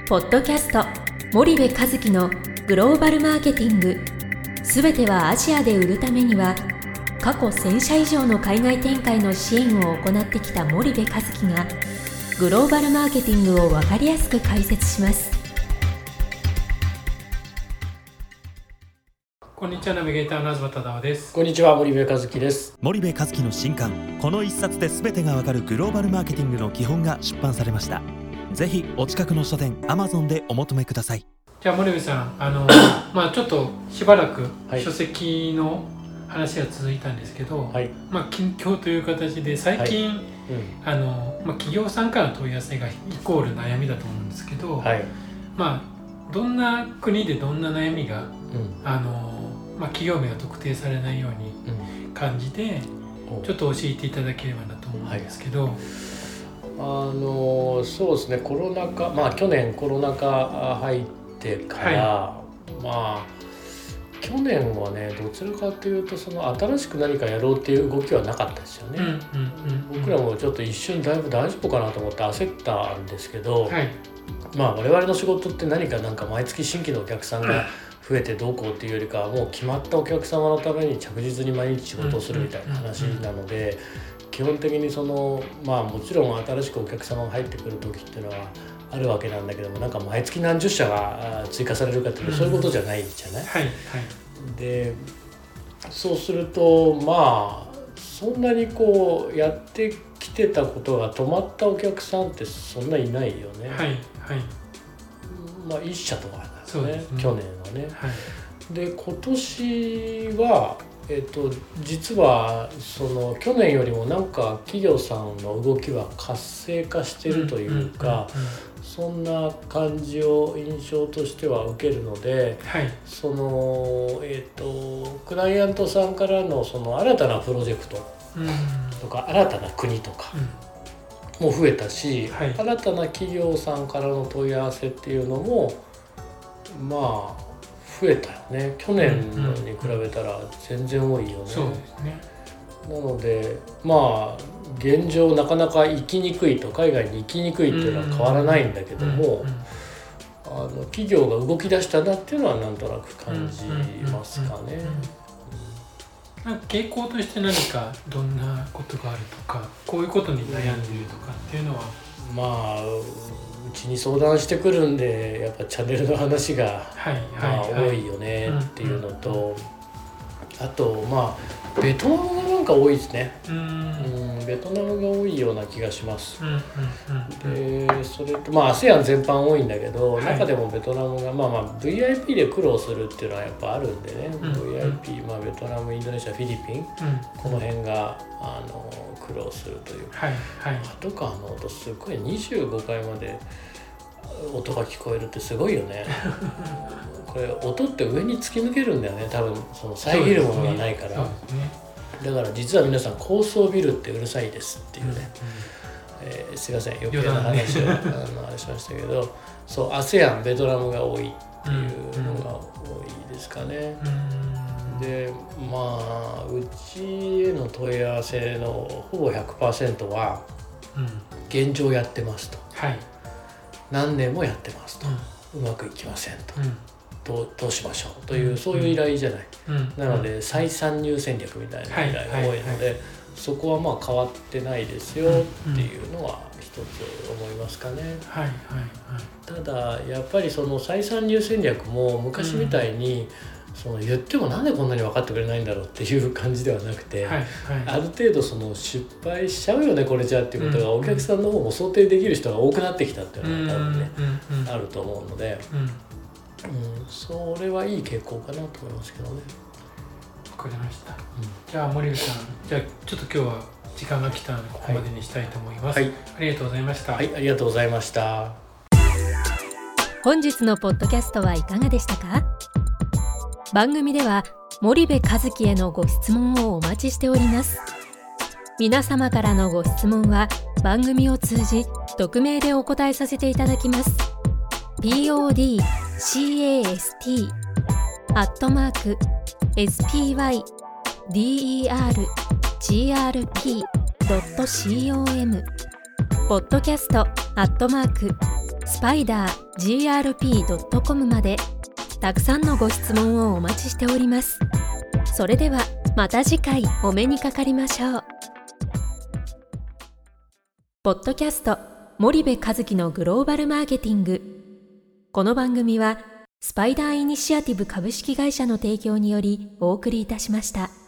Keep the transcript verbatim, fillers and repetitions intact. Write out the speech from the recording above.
ポッドキャスト森部一樹のグローバルマーケティング、すべてはアジアで売るためには、過去せん社以上の海外展開の支援を行ってきた森部一樹がグローバルマーケティングを分かりやすく解説します。 こんにちは、ナビゲーターの東忠夫です。 こんにちは、森部一樹です。 森部一樹の新刊、この一冊で全てがわかるグローバルマーケティングの基本が出版されました。ぜひお近くの書店 Amazon でお求めください。 じゃあ森部さん、あのまあちょっとしばらく書籍の話が続いたんですけど、はい、まあ近況という形で最近、はい、うん、あのまあ、企業さんからの問い合わせがイコール悩みだと思うんですけど、はい、まあどんな国でどんな悩みが、うん、あのまあ、企業名が特定されないように感じで、うん、ちょっと教えていただければなと思うんですけど、はい、 あのそうですね、コロナ禍、まあ去年コロナ禍入ってから、はい、まあ去年はね、どちらかというとその新しく何かやろうっていう動きはなかったですよね、うんうんうんうん、僕らもちょっと一瞬だいぶ大丈夫かなと思って焦ったんですけど、はい、まあ我々の仕事って何かなんか毎月新規のお客さんが増えてどうこうっていうよりかは、もう決まったお客様のために着実に毎日仕事をするみたいな話なので、基本的にそのまあもちろん新しくお客様が入ってくる時っていうのはあるわけなんだけども、なんか毎月何十社が追加されるかっていうとそういうことじゃないじゃない、はいはい、でそうするとまあそんなにこうやってきてたことが止まったお客さんってそんないないよね、はいはい、まあいっ社とかなんですね、そうですね、去年はね、はい、で今年はえっと、実はその去年よりもなんか企業さんの動きは活性化してるというか、そんな感じを印象としては受けるので、はい、そのえっとクライアントさんからのその新たなプロジェクトとか、うん、新たな国とかも増えたし、はい、新たな企業さんからの問い合わせっていうのもまあ増えたよね。去年のに比べたら全然多いよね、うんうん、そうですね。なのでまあ現状なかなか行きにくいと、海外に行きにくいっていうのは変わらないんだけども、うんうんうん、あの企業が動き出したなっていうのはなんとなく感じますかね。 なんか傾向として何かどんなことがあるとか、こういうことに悩んでいるとかっていうのは、 まあうちに相談してくるんでやっぱチャンネルの話が、はいまあはいはい、多いよねっていうのと、うんうん、あとまあベトナムがなんか多いですね、うん、うん、ベトナムが多いような気がします、うんうんうん、でそれとまあ アセアン 全般多いんだけど、はい、中でもベトナムがまあまあ ブイアイピー で苦労するっていうのはやっぱあるんでね、うんうん、ブイアイピー、まあ、ベトナム、インドネシア、フィリピン、うん、この辺があの苦労するという、はいはい、パトカーの音すごいにじゅうごかいまで音が聞こえるってすごいよねこれ音って上に突き抜けるんだよね、多分その遮るものがないから、ねね、だから実は皆さん高層ビルってうるさいですっていうね、うんうん、えー、すいません余計な話を、ね、あのあれしましたけど、そう アセアン ベトナムが多いっていうのが多いですかね、うんうん、でまあうちへの問い合わせのほぼ ひゃくパーセント は現状やってますと、はい、何年もやってますと、うん、うまくいきませんと、うん、どう、どうしましょうという、うん、そういう依頼じゃない、うん、なので再参入戦略みたいな依頼が多いので、はいはいはい、そこはまあ変わってないですよっていうのは一つ思いますかね、はいはいはい、ただやっぱりその再参入戦略も昔みたいに、うん、その言ってもなんでこんなに分かってくれないんだろうっていう感じではなくて、はいはい、ある程度その失敗しちゃうよねこれじゃっていうことがお客さんの方も想定できる人が多くなってきたっていうのが多分ね、うんうん、あると思うので、うんうん、それはいい傾向かなと思いますけどね。 わかりました、うん、じゃあ森部さん、じゃあちょっと今日は時間が来たのでここまでにしたいと思います、はい、ありがとうございました。 はい、ありがとうございました。 本日のポッドキャストはいかがでしたか？番組では森部一樹へのご質問をお待ちしております。皆様からのご質問は番組を通じ匿名でお答えさせていただきます。 ピーオーディーキャスト アットマーク エスピーワイディーイーアールジーアールピー ドット コム ポッドキャストアットマークスパイダー ジーアールピードットコム までたくさんのご質問をお待ちしております。それではまた次回お目にかかりましょう。ポッドキャスト森部和樹のグローバルマーケティング。この番組はスパイダーイニシアティブ株式会社の提供によりお送りいたしました。